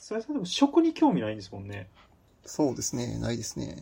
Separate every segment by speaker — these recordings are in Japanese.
Speaker 1: それでも食に興味ないんですもんね。
Speaker 2: そうですね、ないですね。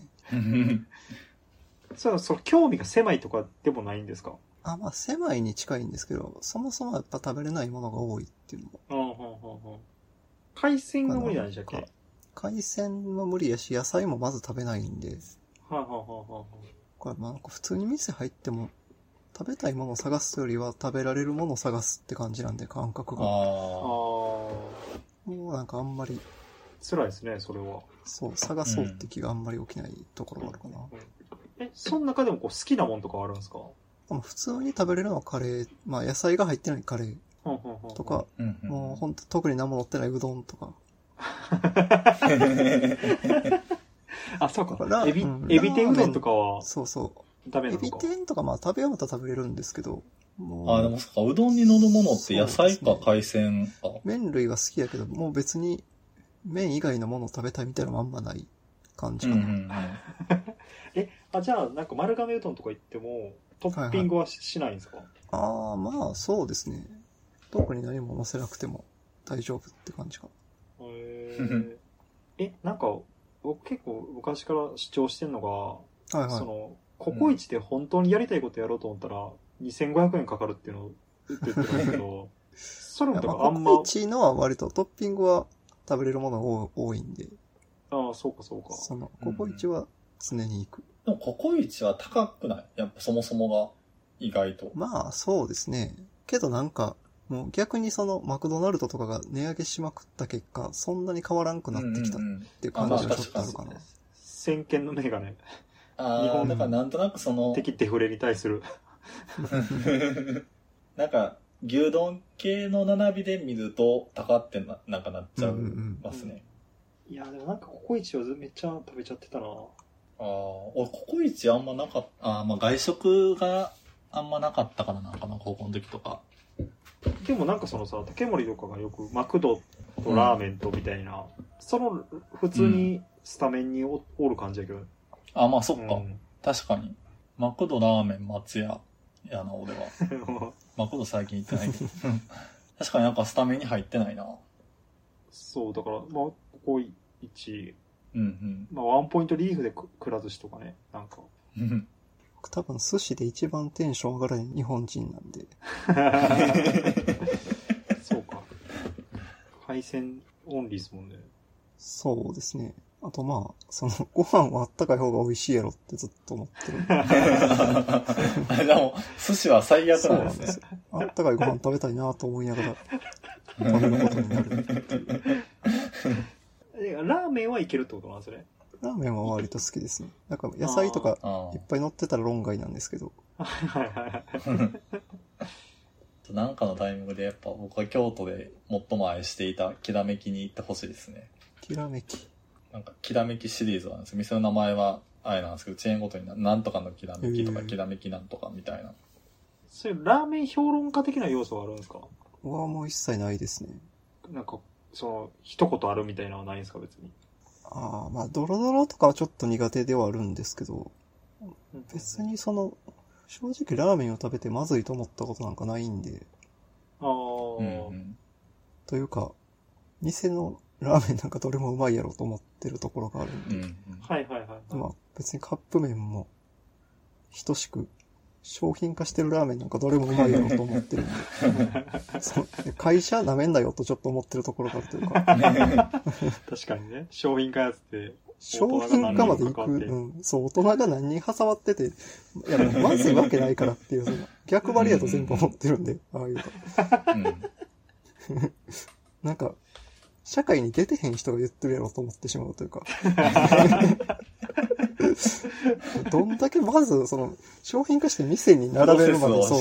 Speaker 1: そう興味が狭いとかでもないんですか？
Speaker 2: まあ狭いに近いんですけど、そもそもやっぱ食べれないものが多いっていうのも。
Speaker 1: 海鮮が無理なんでしたっけ？
Speaker 2: 海鮮は無理やし、野菜もまず食べないんで。これまあなんか普通に店入っても、食べたいものを探すよりは食べられるものを探すって感じなんで、感覚が。もうなんかあんまり。
Speaker 1: 辛いですね、それは。
Speaker 2: そう、探そうって気があんまり起きないところがあるかな。
Speaker 1: その中でもこう好きなもんとかあるんですか？
Speaker 2: 普通に食べれるのはカレー、まあ野菜が入ってないカレーとか、もうほんと特に何も乗ってないうどんとか。
Speaker 1: そうか。エビ天うどんとかは。
Speaker 2: そうそう。
Speaker 1: ダメなのか。
Speaker 2: エビ天とかまあ食べようと食べれるんですけど。
Speaker 3: でもそっか、うどんに乗るものって野菜か海鮮か。
Speaker 2: 麺類は好きやけど、もう別に麺以外のものを食べたいみたいなのもあんまない感じかな。
Speaker 1: じゃあなんか丸亀うどんとか行ってもトッピングはしないんですか？
Speaker 2: まあそうですね。特に何も乗せなくても大丈夫って感じか
Speaker 1: な。なんか僕結構昔から主張してんのが、そのココイチで本当にやりたいことやろうと思ったら2500円かかるっていうのを言ってるんですけど、それもとかあんま。
Speaker 2: ココイチのは割とトッピングは食べれるもの多いんで。
Speaker 1: そうかそうか。
Speaker 2: そのココイチは常に行く。
Speaker 3: でもココイチは高くない？やっぱそもそもが意外と。
Speaker 2: まあそうですね。けどなんか、もう逆にそのマクドナルドとかが値上げしまくった結果、そんなに変わらんくなってきたっていう感じがちょっとあるかな。
Speaker 1: 先見の明がね。
Speaker 3: 日本だからなんとなくその
Speaker 1: 敵デフレに対する
Speaker 3: なんか牛丼系の並びで見ると高ってなんかなっちゃいますね。
Speaker 1: いやでもなんかココイチはめっちゃ食べちゃってたな。
Speaker 3: 俺ココイチあんまなかった。まあ外食があんまなかったからなんかな、高校の時とか。
Speaker 1: でもなんかそのさ、竹森とかがよくマクドとラーメンとみたいな、その普通にスタメンにおる感じやけど。
Speaker 3: まあそっか、確かに。マクド、ラーメン、松屋やな、俺は。マクド最近行ってないけど。確かになんかスタメンに入ってないな。
Speaker 1: そう、だから、まあ、ココイチ、
Speaker 3: ま
Speaker 1: あワンポイントリーフでくら寿司とかね、なんか。
Speaker 2: 多分寿司で一番テンション上がらない日本人なんで。
Speaker 1: そうか。海鮮オンリーですもんね。
Speaker 2: そうですね。あとまあ、そのご飯はあったかい方が美味しいやろってずっと思ってる。
Speaker 3: でも、寿司は最悪なんですね。
Speaker 2: あったかいご飯食べたいなと思いながら食べることになるっていう。
Speaker 1: ラーメンはいけるってことなんですね。
Speaker 2: ラーメンは割と好きですね。なんか野菜とかいっぱい乗ってたら論外なんですけど。
Speaker 3: なんかのタイミングでやっぱ僕は京都で最も愛していたきらめきに行ってほしいですね。
Speaker 2: きらめき。
Speaker 3: なんかきらめきシリーズなんですよ。店の名前はあれなんですけど、チェーンごとになんとかのきらめきとかきらめきなんとかみたいな。
Speaker 1: そういうラーメン評論家的な要素はあるんですか？
Speaker 2: もう一切ないですね。
Speaker 1: なんか、その、一言あるみたいなのはないんですか、別に。
Speaker 2: まあ、ドロドロとかはちょっと苦手ではあるんですけど、別にその、正直ラーメンを食べてまずいと思ったことなんかないんで。というか、店のラーメンなんかどれもうまいやろうと思ってるところがあるんで。まあ、別にカップ麺も、等しく、商品化してるラーメンなんかどれもうまいやろうと思ってるんで。会社舐めんなよとちょっと思ってるところがあるというか。
Speaker 1: 確かにね。商品化やって
Speaker 2: 商品化まで行く。そう、大人が何人挟まってて、いや、まずいわけないからっていう、その逆張りやと全部思ってるんで、ああいうの。なんか、社会に出てへん人が言ってるやろうと思ってしまうというか。どんだけまず、その、商品化して店に並べるまで、そう、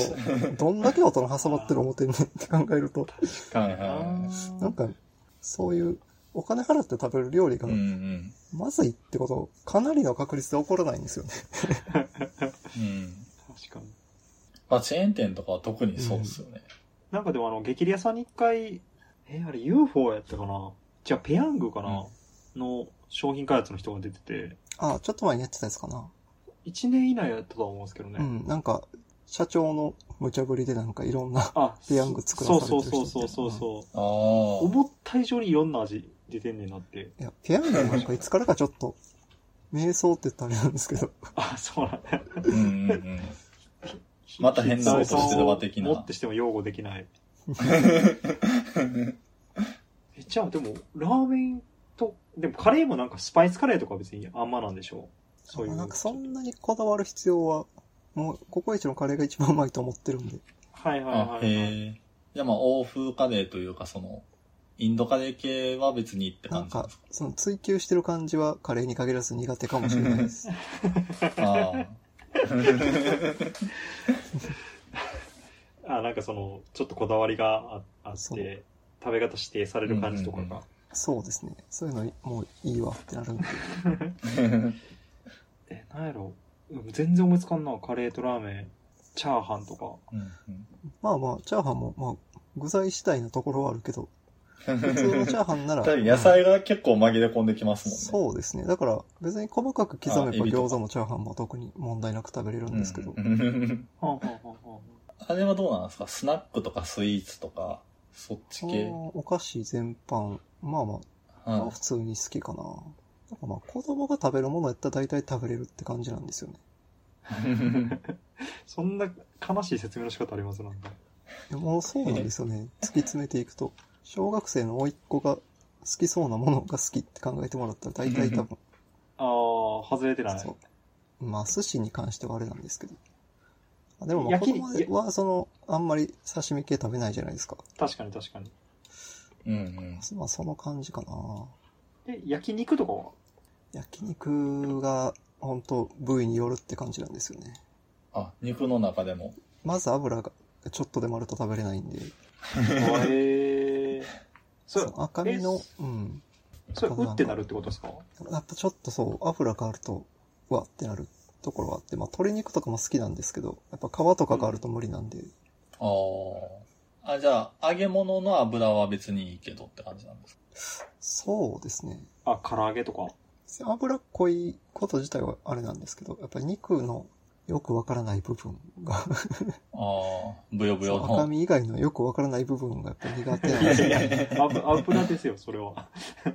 Speaker 2: どんだけ大人挟まってる思ってんねんって考えると、なんか、そういうお金払って食べる料理が、まずいってこと、かなりの確率で起こらないんですよね。
Speaker 1: 確かに。
Speaker 3: まあ、チェーン店とかは特にそうですよね。
Speaker 1: なんかでも激レアさんに一回、あれ UFO やったかな？じゃあペヤングかな、の商品開発の人が出てて。
Speaker 2: ちょっと前にやってたやつかな。
Speaker 1: 1年以内やったとは思うんですけどね。
Speaker 2: なんか、社長の無茶ぶりでなんかいろんなペヤング作らされてる人
Speaker 1: そう。思った以上にいろんな味出てんねんなって。
Speaker 2: いや、ピアノなんかいつからかちょっと、瞑想って言ったらあれなんですけど。
Speaker 1: あ、そうなんだ。
Speaker 3: また変な音してるわ的な。
Speaker 1: もってしても擁護できない。じゃあでも、ラーメンと、でもカレーもなんかスパイスカレーとか別にあんまなんでしょう？そういう。
Speaker 2: なんかそんなにこだわる必要は、もう、ココイチのカレーが一番うまいと思ってるんで。
Speaker 1: はいはいはい、はい。
Speaker 3: じゃあまあ、欧風カレーというか、その、インドカレー系は別にって感じですか？
Speaker 2: その追求してる感じはカレーに限らず苦手かもしれないです。
Speaker 1: なんかその、ちょっとこだわりがあって、食べ方指定される感じとかが。
Speaker 2: そうですね。そういうのもういいわってなるんで。
Speaker 1: なんやろ。全然思いつかんな。カレーとラーメン、チャーハンとか。
Speaker 2: まあまあ、チャーハンも、まあ、具材次第なところはあるけど、普通のチャーハンなら。
Speaker 3: 野菜が結構紛れ込んできますもんね。
Speaker 2: そうですね。だから別に細かく刻めば餃子もチャーハンも特に問題なく食べれるんですけど。
Speaker 3: あれはどうなんですか？スナックとかスイーツとか、そっち系？
Speaker 2: お菓子全般、まあまあ、普通に好きかな。なんかまあ子供が食べるものやったら大体食べれるって感じなんですよね。
Speaker 1: そんな悲しい説明の仕方ありますなんか。
Speaker 2: いやもうそうなんですよね。突き詰めていくと。小学生の甥っ子が好きそうなものが好きって考えてもらったら大体多分。
Speaker 1: 外れてない。
Speaker 2: そう。まあ寿司に関してはあれなんですけど。でもまあ子供はその、あんまり刺身系食べないじゃないですか。
Speaker 1: 確かに確かに。
Speaker 2: まあその感じかな。
Speaker 1: 焼肉とかは？
Speaker 2: 焼肉が本当部位によるって感じなんですよね。
Speaker 3: 肉の中でも。
Speaker 2: まず油がちょっとでもあると食べれないんで。そう赤身の、
Speaker 1: それ、うってなるってことですか？
Speaker 2: やっぱちょっとそう、油があると、うわってなるところはあって、まあ鶏肉とかも好きなんですけど、やっぱ皮とかがあると無理なんで。
Speaker 3: じゃあ、揚げ物の油は別にいいけどって感じなんですか？
Speaker 2: そうですね。
Speaker 1: 唐揚げとか？
Speaker 2: 油っこいこと自体はあれなんですけど、やっぱり肉のよくわからない部分が
Speaker 3: ブヨブヨの。
Speaker 2: 赤身以外のよくわからない部分がやっぱ苦手なんですよね。
Speaker 1: 油ですよ、それは。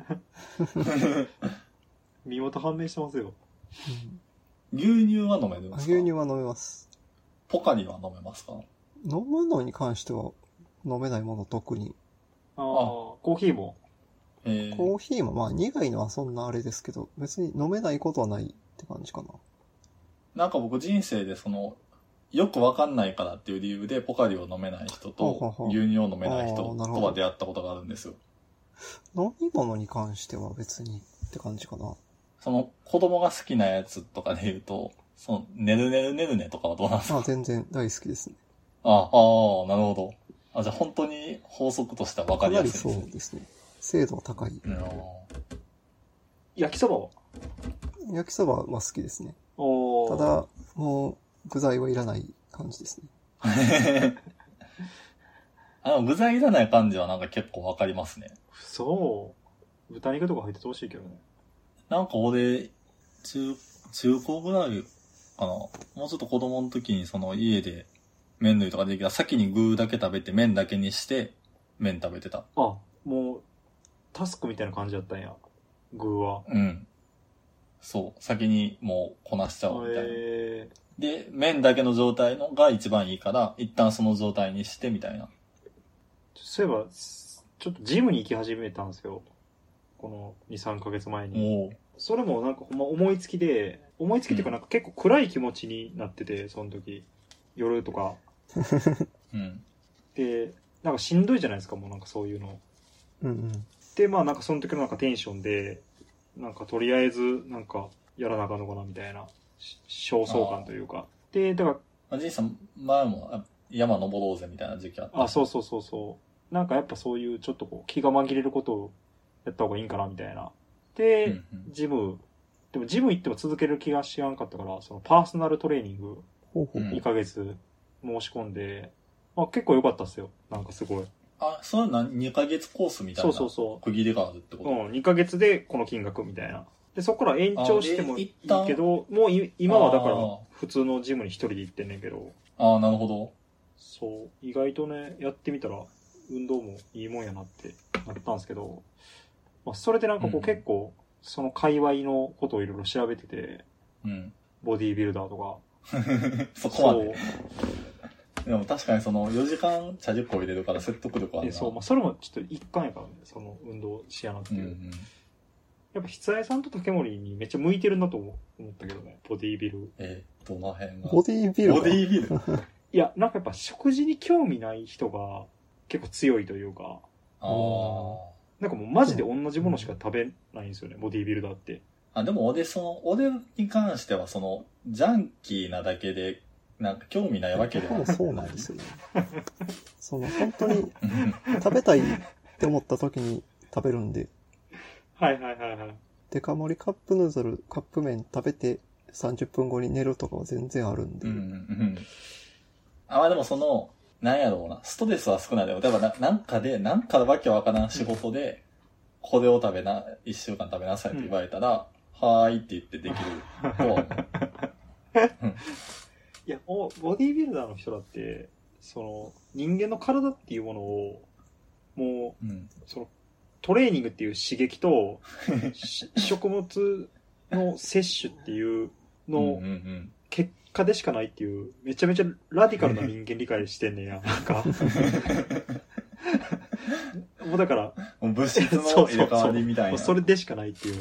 Speaker 1: 身元判明してますよ。
Speaker 3: 牛乳は飲めるんですか？
Speaker 2: 牛乳は飲めます。
Speaker 3: ポカリは飲めますか？
Speaker 2: 飲むのに関しては飲めないもの特に。
Speaker 1: コーヒーも？
Speaker 2: コーヒーもまあ苦いのはそんなあれですけど、別に飲めないことはないって感じかな。
Speaker 3: なんか僕人生でその、よくわかんないからっていう理由でポカリを飲めない人と牛乳を飲めない人とは出会ったことがあるんですよ。
Speaker 2: 飲み物に関しては別にって感じかな。
Speaker 3: その子供が好きなやつとかで言うと、そのねるねるねるねとかはどうなんですか？
Speaker 2: 全然大好きですね。
Speaker 3: なるほど。じゃあ本当に法則としてはわかりやすいですね。
Speaker 2: そうですね。精度は高い。
Speaker 1: 焼きそばは？
Speaker 2: 焼きそばは好きですね。ただ、もう、具材はいらない感じですね。
Speaker 3: 具材いらない感じはなんか結構わかりますね。
Speaker 1: そう。豚肉とか入っててほしいけどね。
Speaker 3: なんか俺、中高ぐらいかな。もうちょっと子供の時にその家で麺類とかできたら先に具だけ食べて麺だけにして麺食べてた。
Speaker 1: もう、タスクみたいな感じだったんや。具は。
Speaker 3: そう。先にもうこなしちゃおうみたいな。で、麺だけの状態のが一番いいから、一旦その状態にしてみたいな。
Speaker 1: そういえば、ちょっとジムに行き始めたんですよ。この2、3ヶ月前に。それもなんかほんま思いつきっていうかなんか結構暗い気持ちになってて、その時。夜とか。で、なんかしんどいじゃないですか、もうなんかそういうの。で、まあなんかその時のなんかテンションで、なんかとりあえずなんかやらなあかんのかなみたいな焦燥感というか。で、だから。
Speaker 3: じいさん、前も山登ろうぜみたいな時期あった。
Speaker 1: そう。なんかやっぱそういうちょっとこう気が紛れることをやった方がいいんかなみたいな。で、ジム行っても続ける気がしやんかったから、そのパーソナルトレーニング2ヶ月申し込んで、結構良かったっすよ。なんかすごい。
Speaker 3: そういうの2ヶ月コースみたいな区切りがあるってこと？
Speaker 1: 2ヶ月でこの金額みたいな。で、そこから延長してもいいけど、もう今はだから普通のジムに一人で行ってんねんけど。
Speaker 3: なるほど。
Speaker 1: そう。意外とね、やってみたら運動もいいもんやなってなったんですけど、 まあ、それでなんかこう、
Speaker 3: うん
Speaker 1: 結構、その界隈のことをいろいろ調べてて、
Speaker 3: うん。
Speaker 1: ボディービルダーとか。
Speaker 3: そこまで。でも確かにその4時間チャリッコ入れるから説得力あるな。
Speaker 1: そう、まあ、それもちょっと一環やからね、その運動しやなっていう。やっぱ、筆愛さんと竹森にめっちゃ向いてるなと思ったけどね、ボディービル。
Speaker 3: どの辺が
Speaker 2: ボディービル
Speaker 3: ボディービル
Speaker 1: いや、なんかやっぱ食事に興味ない人が結構強いというか、なんかもうマジで同じものしか食べないんですよね、ボディービルダーって。
Speaker 3: でも俺に関してはジャンキーなだけで、なんか興味ないわけではない。
Speaker 2: そうなんですよね。本当に食べたいって思った時に食べるんで。
Speaker 1: はいはいはいはい。
Speaker 2: デカ盛りカップヌードル、カップ麺食べて30分後に寝るとかは全然あるんで。
Speaker 3: まあでもなんやろうな、ストレスは少ないでも、例えばなんかわけわからん仕事で、これを1週間食べなさいって言われたら、はーいって言ってできるとは思う。
Speaker 1: いや、ボディービルダーの人だって、人間の体っていうものを、もう、トレーニングっていう刺激と、食物の摂取っていうの結果でしかないっていう、めちゃめちゃラディカルな人間理解してんねんや、なんか。もうだから、
Speaker 3: 物質の入れ替わりみたいな。
Speaker 1: それでしかないっていう。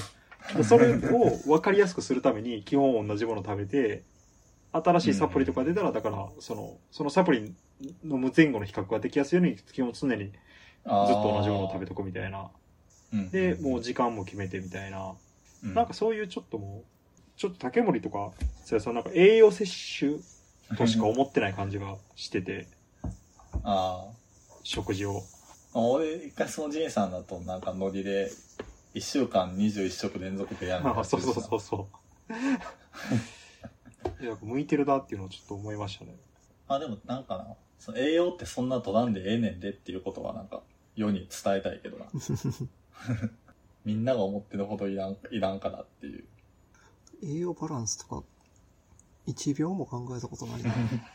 Speaker 1: それを分かりやすくするために、基本同じものを食べて、新しいサプリとか出たら、だから、そのサプリ飲む前後の比較ができやすいように、基本常にずっと同じものを食べとくみたいな。で、もう時間も決めてみたいな。なんかそういうちょっと竹森とか、なんか栄養摂取としか思ってない感じがしてて。食事を。
Speaker 3: 俺、一回そのジンさんだと、なんかノリで、1週間21食連続でやるの。
Speaker 1: そう。いや、向いてるなっていうのをちょっと思いましたね。
Speaker 3: でもなんかな、栄養ってそんな取らんでええねんでっていうことはなんか、世に伝えたいけどな。みんなが思ってるほどいらんかなっていう。
Speaker 2: 栄養バランスとか、1秒も考えたことないな。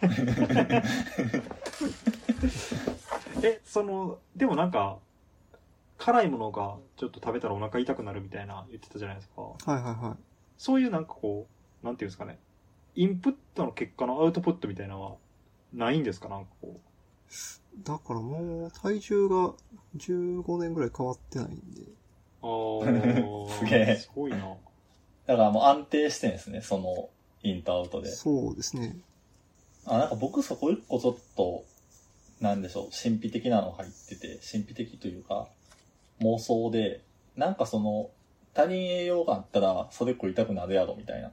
Speaker 1: でもなんか、辛いものがちょっと食べたらお腹痛くなるみたいな言ってたじゃないですか。
Speaker 2: はい。
Speaker 1: そういうなんかこう、なんていうんですかね。インプットの結果のアウトプットみたいなのはないんですか、なんかこう。
Speaker 2: だからもう体重が15年ぐらい変わってないんで。
Speaker 3: すげえ。
Speaker 1: すごいな。
Speaker 3: だからもう安定してんですね、インとアウトで。
Speaker 2: そうですね。
Speaker 3: なんか僕そこ一個ちょっと、なんでしょう、神秘的なの入ってて、神秘的というか、妄想で、なんか他人栄養があったら、それ食いたくなるやろ、みたいな。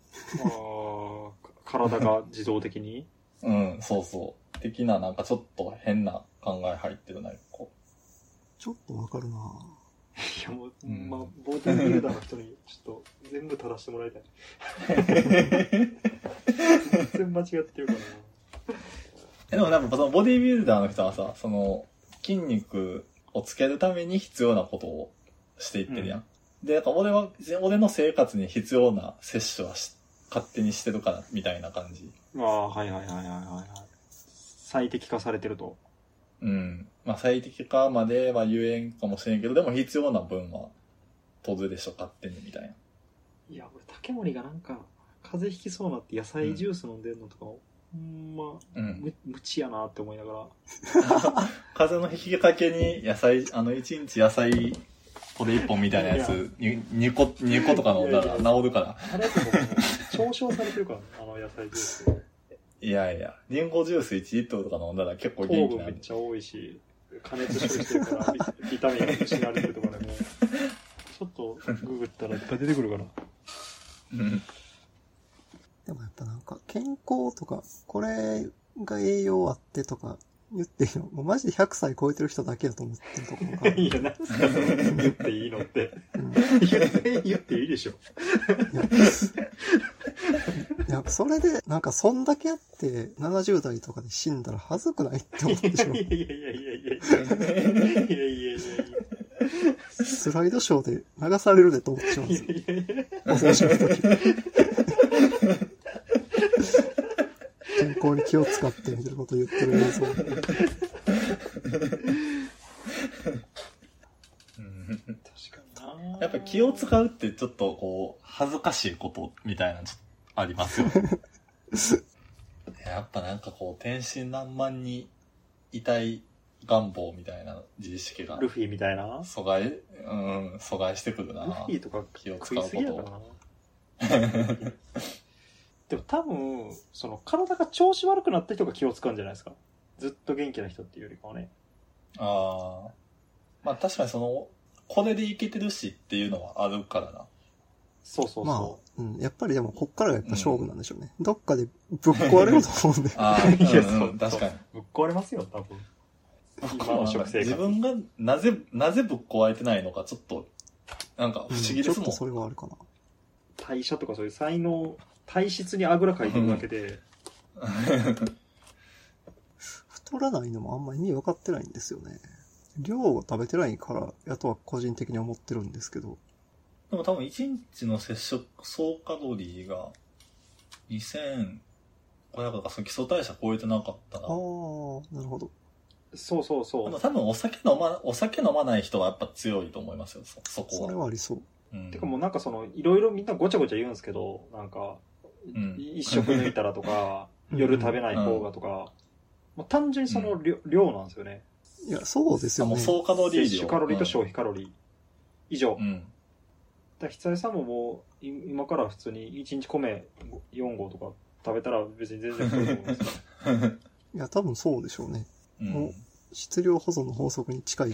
Speaker 1: 体が自動的に
Speaker 3: そうそう。的な、なんかちょっと変な考え入ってるな、
Speaker 2: ちょっとわかるな。
Speaker 1: いやもう、まあ、ボディービルダーの人にちょっと全部正してもらいたい。全然間違ってるからな。
Speaker 3: でもなんかボディービルダーの人はさ、筋肉をつけるために必要なことをしていってるやん。で、なんか俺の生活に必要な摂取は勝手にしてるから、みたいな感じ。
Speaker 1: はい。最適化されてると。
Speaker 3: まあ最適化までは言えんかもしれんけど、でも必要な分は取るでしょ、勝手に、みたいな。
Speaker 1: いや、俺、竹森がなんか、風邪ひきそうなって野菜ジュース飲んでるのとか、無知やなって思いながら。
Speaker 3: 風邪の引きかけに野菜、1日野菜、これ1本みたいなやつ、2個とか飲んだら治るから。
Speaker 1: あれってもう、嘲笑されてるから、野菜ジュース。
Speaker 3: いや、リンゴジュース1リットルとか飲んだら結構元気
Speaker 1: 糖分めっちゃ多いし、加熱処理してるからビタミンが失われてるとかでも、ちょっとググったらいっぱい出てくるから。
Speaker 2: でもやっぱなんか健康とか、これが栄養あってとか言っていいの？もうマジで100歳超えてる人だけだと思ってるところが。
Speaker 1: いや、なんすか言っていいのって。言っていいでしょ。
Speaker 2: いや、それで、なんかそんだけあって70代とかで死んだら恥ずくないって思ってしまう。いや。スライドショーで流されるでと思ってしまうんですよ。健康に気を使ってみたいなことを言ってる映像。
Speaker 1: 確かに
Speaker 3: やっぱ気を使うってちょっとこう、恥ずかしいことみたいなのありますよ。やっぱなんかこう、天真爛漫にいたい願望みたいな自意識が。
Speaker 1: ルフィみたいな
Speaker 3: 阻害してくるな。
Speaker 1: ルフィとか
Speaker 3: 気を使うこと。
Speaker 1: でも多分、その体が調子悪くなった人が気を使うんじゃないですか。ずっと元気な人っていうよりかはね。
Speaker 3: ああ。まあ確かにこれでいけてるしっていうのはあるからな。
Speaker 1: そうそうそう。
Speaker 2: まあ、やっぱりでもこっからがやっぱ勝負なんでしょうね。どっかでぶっ壊れると思うんで。
Speaker 3: ああ、いや、そう、確かに。
Speaker 1: ぶっ壊れますよ、多分。
Speaker 3: 今の食生活。自分がなぜぶっ壊れてないのか、ちょっと、なんか不思議ですもん。
Speaker 2: ちょっとそれはあるかな。
Speaker 1: 代謝とかそういう才能、体質にあぐらかいてるだけで。
Speaker 2: 太らないのもあんまり意味分かってないんですよね。量を食べてないから、やとは個人的に思ってるんですけど。
Speaker 3: でも多分1日の摂食総カロリーが2500とか、その基礎代謝超えてなかったな。
Speaker 2: ああ、なるほど。
Speaker 1: そうそうそう。
Speaker 3: 多分お酒飲まない人はやっぱ強いと思いますよ、そこは。
Speaker 2: それはありそう。
Speaker 1: てかもうなんかいろいろみんなごちゃごちゃ言うんですけど、なんか、一食抜いたらとか、夜食べない方がとか、もう単純に量なんですよね。
Speaker 2: いや、そうですよね。
Speaker 3: もう総カロリー量。
Speaker 1: 摂取カロリーと消費カロリー以上。だひつやさんももう、今から普通に1日米4合とか食べたら別に全然太ると思うんですよ。
Speaker 2: いや、多分そうでしょうね。もう、質量保存の法則に近い。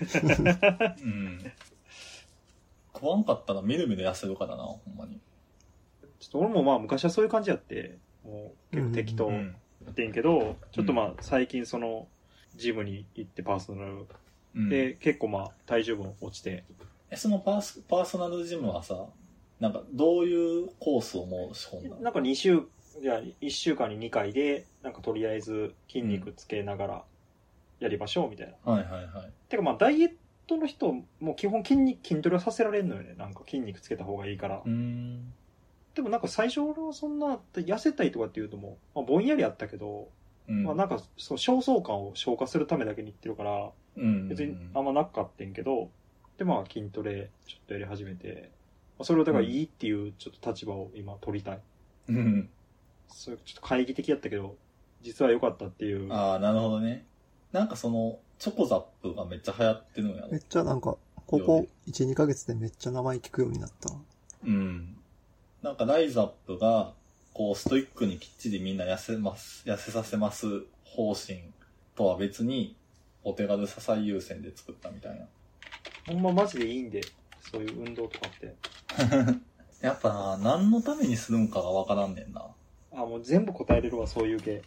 Speaker 3: 食わんかったらみるみる痩せるからな、ほんまに。
Speaker 1: ちょっと俺もまあ昔はそういう感じやって、もう結構適当やってんけど、ちょっとまあ最近ジムに行ってパーソナル、で、結構まあ体重分落ちて。
Speaker 3: そのパーソナルジムはさ、なんかどういうコースを申し込んだ？
Speaker 1: なんか1週間に2回で、なんかとりあえず筋肉つけながらやりましょうみたいな。
Speaker 3: はいはいはい。
Speaker 1: てかまあダイエットの人も基本筋トレをさせられるのよね。なんか筋肉つけた方がいいから。でもなんか最初俺はそんな痩せたいとかっていうともう、まあ、ぼんやりあったけど、まあなんか焦燥感を消化するためだけに言ってるから、別にあんまなかったんけど、でまあ筋トレちょっとやり始めて、それをだからいいっていうちょっと立場を今取りたい。それちょっと懐疑的やったけど、実は良かったっていう。
Speaker 3: ああ、なるほどね。なんかチョコザップがめっちゃ流行ってるのやろ。
Speaker 2: めっちゃなんか、ここ1、2ヶ月でめっちゃ名前聞くようになった。
Speaker 3: なんかライザップが、こうストイックにきっちりみんな痩せさせます方針とは別に、お手軽さ最優先で作ったみたいな。
Speaker 1: ほんまマジでいいんで、そういう運動とかって。
Speaker 3: やっぱな、何のためにするんかがわからんねんな。
Speaker 1: あ、もう全部答えれるわ、そういう系。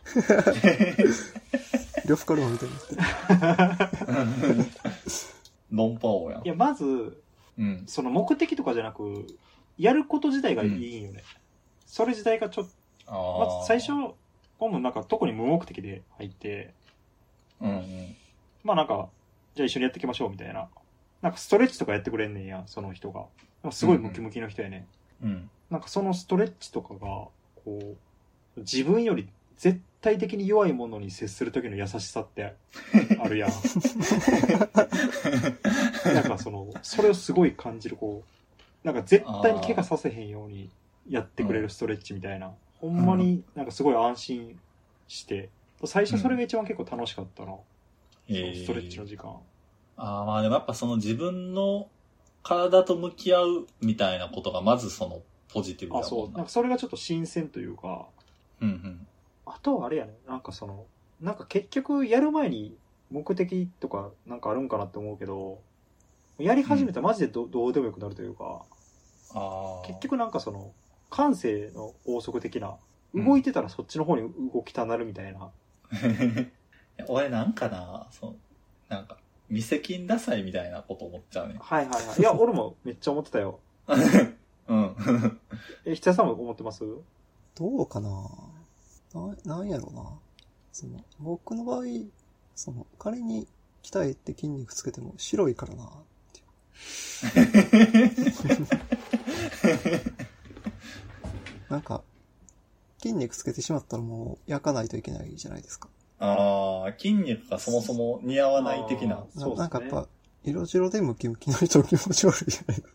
Speaker 2: 呂布カルマみたいになってる。
Speaker 3: 論破王やん。
Speaker 1: いや、まず、その目的とかじゃなく、やること自体がいいよね。それ自体がちょっと、まず最初、なんか特に無目的で入って、まあなんか、じゃあ一緒にやっていきましょうみたいな。なんかストレッチとかやってくれんねんや、その人が。すごいムキムキの人やね。なんかそのストレッチとかが、こう、自分より絶対的に弱いものに接する時の優しさってあるやん。なんかそれをすごい感じる、こう、なんか絶対に怪我させへんようにやってくれるストレッチみたいな。ほんまになんかすごい安心して、最初それが一番結構楽しかったな。そのストレッチの時間。
Speaker 3: まあでもやっぱ自分の体と向き合うみたいなことがまずポジティブだもんな。
Speaker 1: そう。なんかそれがちょっと新鮮というか。あとはあれやね、なんかなんか結局やる前に目的とかなんかあるんかなって思うけど、やり始めたらマジでどうでもよくなるというか、結局なんか感性の法則的な、動いてたらそっちの方に動きたなるみたいな。
Speaker 3: 俺なんかな、なんか、未責ダサいみたいなこと思っちゃうね。
Speaker 1: はいはいはい。いや、俺もめっちゃ思ってたよ。ひつやさんも思ってます？
Speaker 2: どうかな？なんやろな。僕の場合、仮に鍛えて筋肉つけても白いからなっていう。なんか、筋肉つけてしまったらもう焼かないといけないじゃないですか。
Speaker 3: 筋肉がそもそも似合わない的な。
Speaker 2: なんかやっぱ、 色白でムキムキの人気持ち悪いじゃない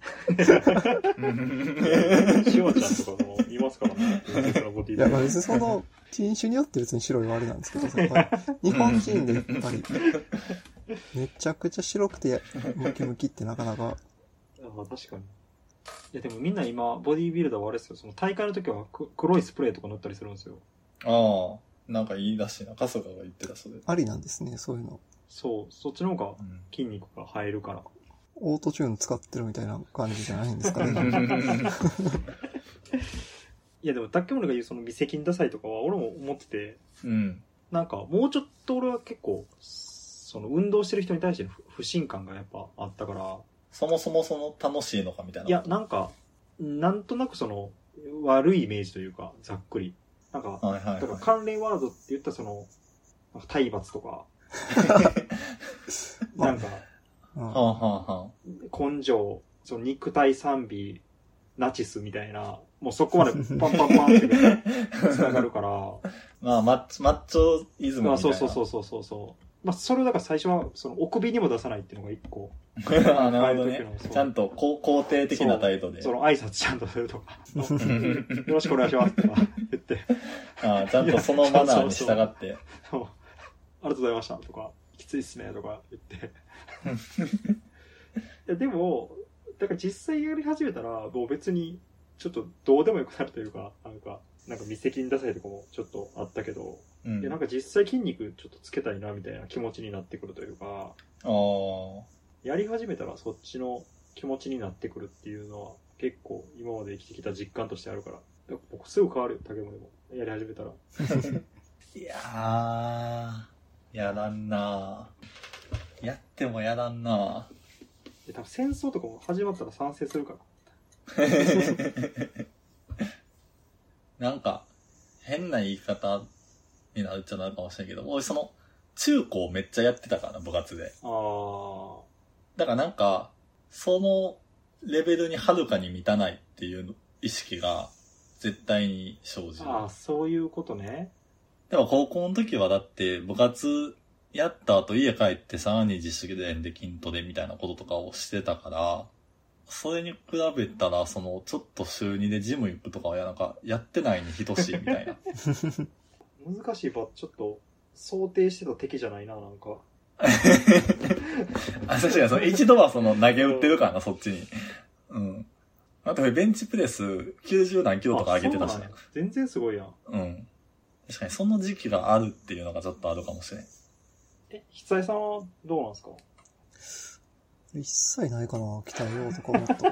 Speaker 1: シワちゃんとかもいますからね。
Speaker 2: いや、別にその、人種によって別に白いはあれなんですけど、やっぱり日本人でやっぱり、めちゃくちゃ白くてムキムキってなかなか。
Speaker 1: あ、確かに。いやでもみんな今、ボディービルダーはあれですよ、その大会の時は黒いスプレーとか塗ったりするんですよ。
Speaker 3: ああ、なんかいいらしいな。春日が言ってた、それ。
Speaker 2: ありなんですね、そういうの。
Speaker 1: そう、そっちの方が筋肉が生えるから。
Speaker 2: オートチューン使ってるみたいな感じじゃないんですかね。
Speaker 1: いやでも、竹森が言うその未責任ダサいとかは俺も思ってて、
Speaker 3: うん。
Speaker 1: なんかもうちょっと俺は結構、その運動してる人に対しての不信感がやっぱあったから。
Speaker 3: そもそもその楽しいのかみたいな。
Speaker 1: いや、なんか、なんとなくその、悪いイメージというか、ざっくり。なんか、
Speaker 3: はいはいはい、
Speaker 1: だから関連ワードって言ったらその、なんか体罰とか、なんか、根性、その肉体賛美、ナチスみたいな、もうそこまでパンパンパンって繋がるから。
Speaker 3: まあ、マッチョイズムみたいな。
Speaker 1: そう。まあ、それをだから最初は、その、お首にも出さないっていうのが一個。
Speaker 3: あ、なるほどね。ちゃんと肯定的な態度で。
Speaker 1: その挨拶ちゃんとするとか。よろしくお願いしますとか言って。
Speaker 3: あ、ちゃんとそのマナーに従って。
Speaker 1: そう。ありがとうございましたとか、きついっすねとか言って。いや、でも、だから実際やり始めたら、もう別に、ちょっとどうでもよくなるというか、なんか未責任ダサいとかもちょっとあったけど、いやなんか実際筋肉ちょっとつけたいなみたいな気持ちになってくるというか、やり始めたらそっちの気持ちになってくるっていうのは結構今まで生きてきた実感としてあるから、僕すぐ変わるよ、竹森も。やり始めたら。
Speaker 3: いやー、やらんなー。やってもやらんな
Speaker 1: ー。多分戦争とかも始まったら賛成するから。
Speaker 3: なんか、変な言い方になっちゃうかもしれないけど、俺その、中高めっちゃやってたからな、部活で。だからなんか、そのレベルにはるかに満たないっていう意識が絶対に生じる。
Speaker 1: ああ、そういうことね。
Speaker 3: でも高校の時はだって部活やった後家帰ってさらに自主練で筋トレみたいなこととかをしてたから、それに比べたら、その、ちょっと週2でジム行くとかはなんか、やってないに等しいみたいな。
Speaker 1: 難しいば、ちょっと、想定してた敵じゃないな、なんか。
Speaker 3: あ、確かに、その一度はその、投げ打ってるからな、そっちに。うん。あと、ベンチプレス90何キロとか上げてたしね。
Speaker 1: 全然すごいやん。
Speaker 3: うん。確かに、その時期があるっていうのがちょっとあるかもしれん。
Speaker 1: 久井さんはどうなんですか？
Speaker 2: 一切ないかな、鍛えようとか思ったこと。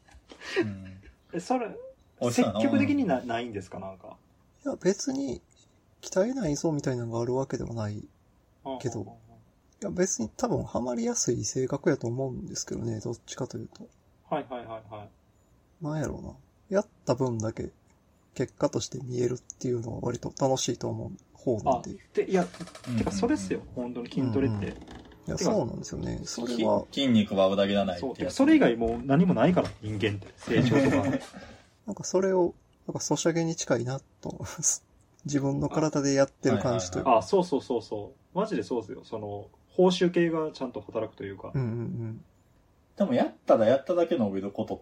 Speaker 1: それ、積極的にないんですか、なんか。
Speaker 2: いや、別に、鍛えないぞみたいなのがあるわけではないけど、いや、別に多分ハマりやすい性格やと思うんですけどね、どっちかというと。
Speaker 1: はい。
Speaker 2: なんやろうな。やった分だけ、結果として見えるっていうのは割と楽しいと思う方なんで。
Speaker 1: いや、てかそれっすよ、本当に筋トレって。
Speaker 2: いや、そうなんですよね。それは。
Speaker 3: 筋肉は裏切らないって
Speaker 1: やつ。それ以外もう何もないから、人間って。成長とか。
Speaker 2: なんかそれを、なんかソシャゲに近いなと思います。自分の体でやってる感じというか。
Speaker 1: そう。マジでそうですよ。その、報酬系がちゃんと働くというか。
Speaker 3: でもやったらやっただけ伸びることって、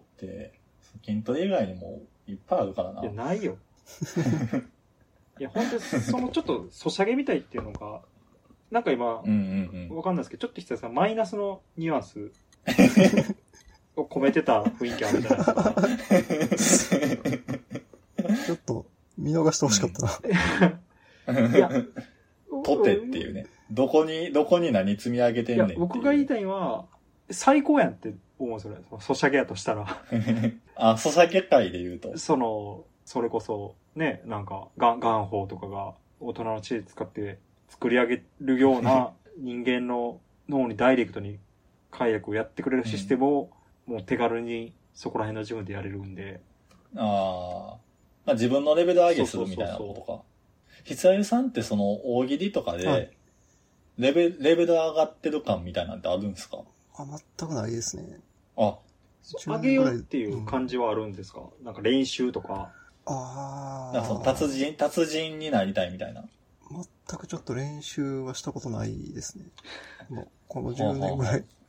Speaker 3: 筋トレ以外にもいっぱいあるからな。
Speaker 1: いや、ないよ。いや、本当にそのちょっとソシャゲみたいっていうのが、なんか今、わかんないですけど、ちょっと久さんマイナスのニュアンスを込めてた雰囲気あるじゃないですか。
Speaker 2: ちょっと見逃してほしかった
Speaker 3: な。いや、とてっていうね。どこに何積み上げてんねんっていう。
Speaker 1: 僕が言いたいのは、最高やんって思うんですよね。ソシャゲやとしたら。
Speaker 3: あ、ソシャゲ界で言うと。
Speaker 1: それこそ、ね、なんか、元宝とかが大人の知恵使って作り上げるような人間の脳にダイレクトに解約をやってくれるシステムを、もう手軽にそこら辺の自分でやれるんで。
Speaker 3: まあ、自分のレベル上げするみたいなことか。久代さんってその大喜利とかで、レベル上がってる感みたいなんてあるんですか？
Speaker 2: 全くないですね。
Speaker 1: 上げようっていう感じはあるんですか？なんか練習とか。
Speaker 3: なんかその達人になりたいみたいな。
Speaker 2: 全くちょっと練習はしたことないですね。もうこの10年ぐらい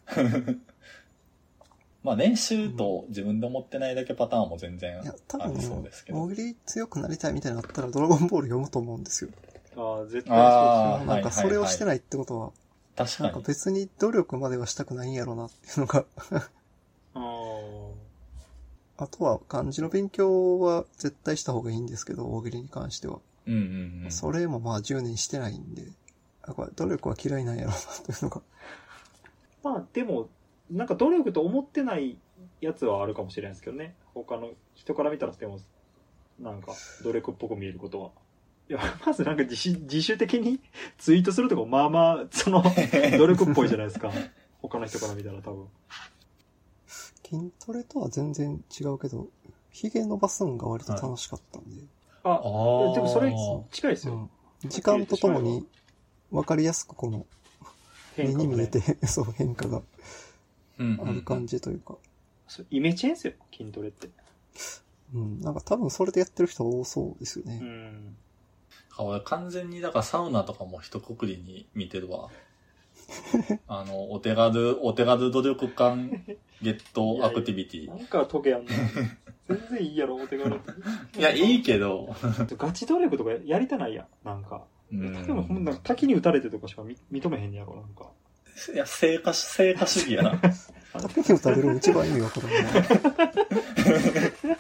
Speaker 3: まあ練習と自分で思ってないだけパターンも全然
Speaker 2: いや、多分
Speaker 3: ありそうですけど。
Speaker 2: 大喜利強くなりたいみたいになったらドラゴンボール読むと思うんですよ。
Speaker 1: ああ、絶対そうですよ。
Speaker 2: なんかそれをしてないってことは、
Speaker 3: 確かに。
Speaker 2: なんか別に努力まではしたくないんやろうなっていうのがあとは漢字の勉強は絶対した方がいいんですけど、大喜利に関しては。
Speaker 3: うんうんうん。
Speaker 2: それもまあ10年してないんで、これ努力は嫌いなんやろうなというのが。
Speaker 1: まあでも、なんか努力と思ってないやつはあるかもしれないですけどね。他の人から見たらでも、なんか努力っぽく見えることは。いや、まずなんか自主的にツイートするとかまあまあ、その、努力っぽいじゃないですか。他の人から見たら多分。
Speaker 2: 筋トレとは全然違うけど、髭伸ばすのが割と楽しかったんで。
Speaker 1: はい、でもそれ近いですよ。
Speaker 2: 時間とともに分かりやすくこの、目に見えて、そう変化がある感じというか。
Speaker 1: イメチェンですよ、筋トレって。
Speaker 2: なんか多分それでやってる人多そうですよね。
Speaker 3: 俺完全にだからサウナとかも一括りに見てるわ。お手軽努力感ゲットアクティビティ。
Speaker 1: なんかトゲやんな。全然いいやろ、お手軽。
Speaker 3: いや、いいけど。
Speaker 1: ガチ努力とかやりたないやん、なんか。でもほんな滝に打たれてとかしか認めへんやろ、なんか。
Speaker 3: いや、成果主義やな。
Speaker 2: 滝に打たれる一番意味わからない。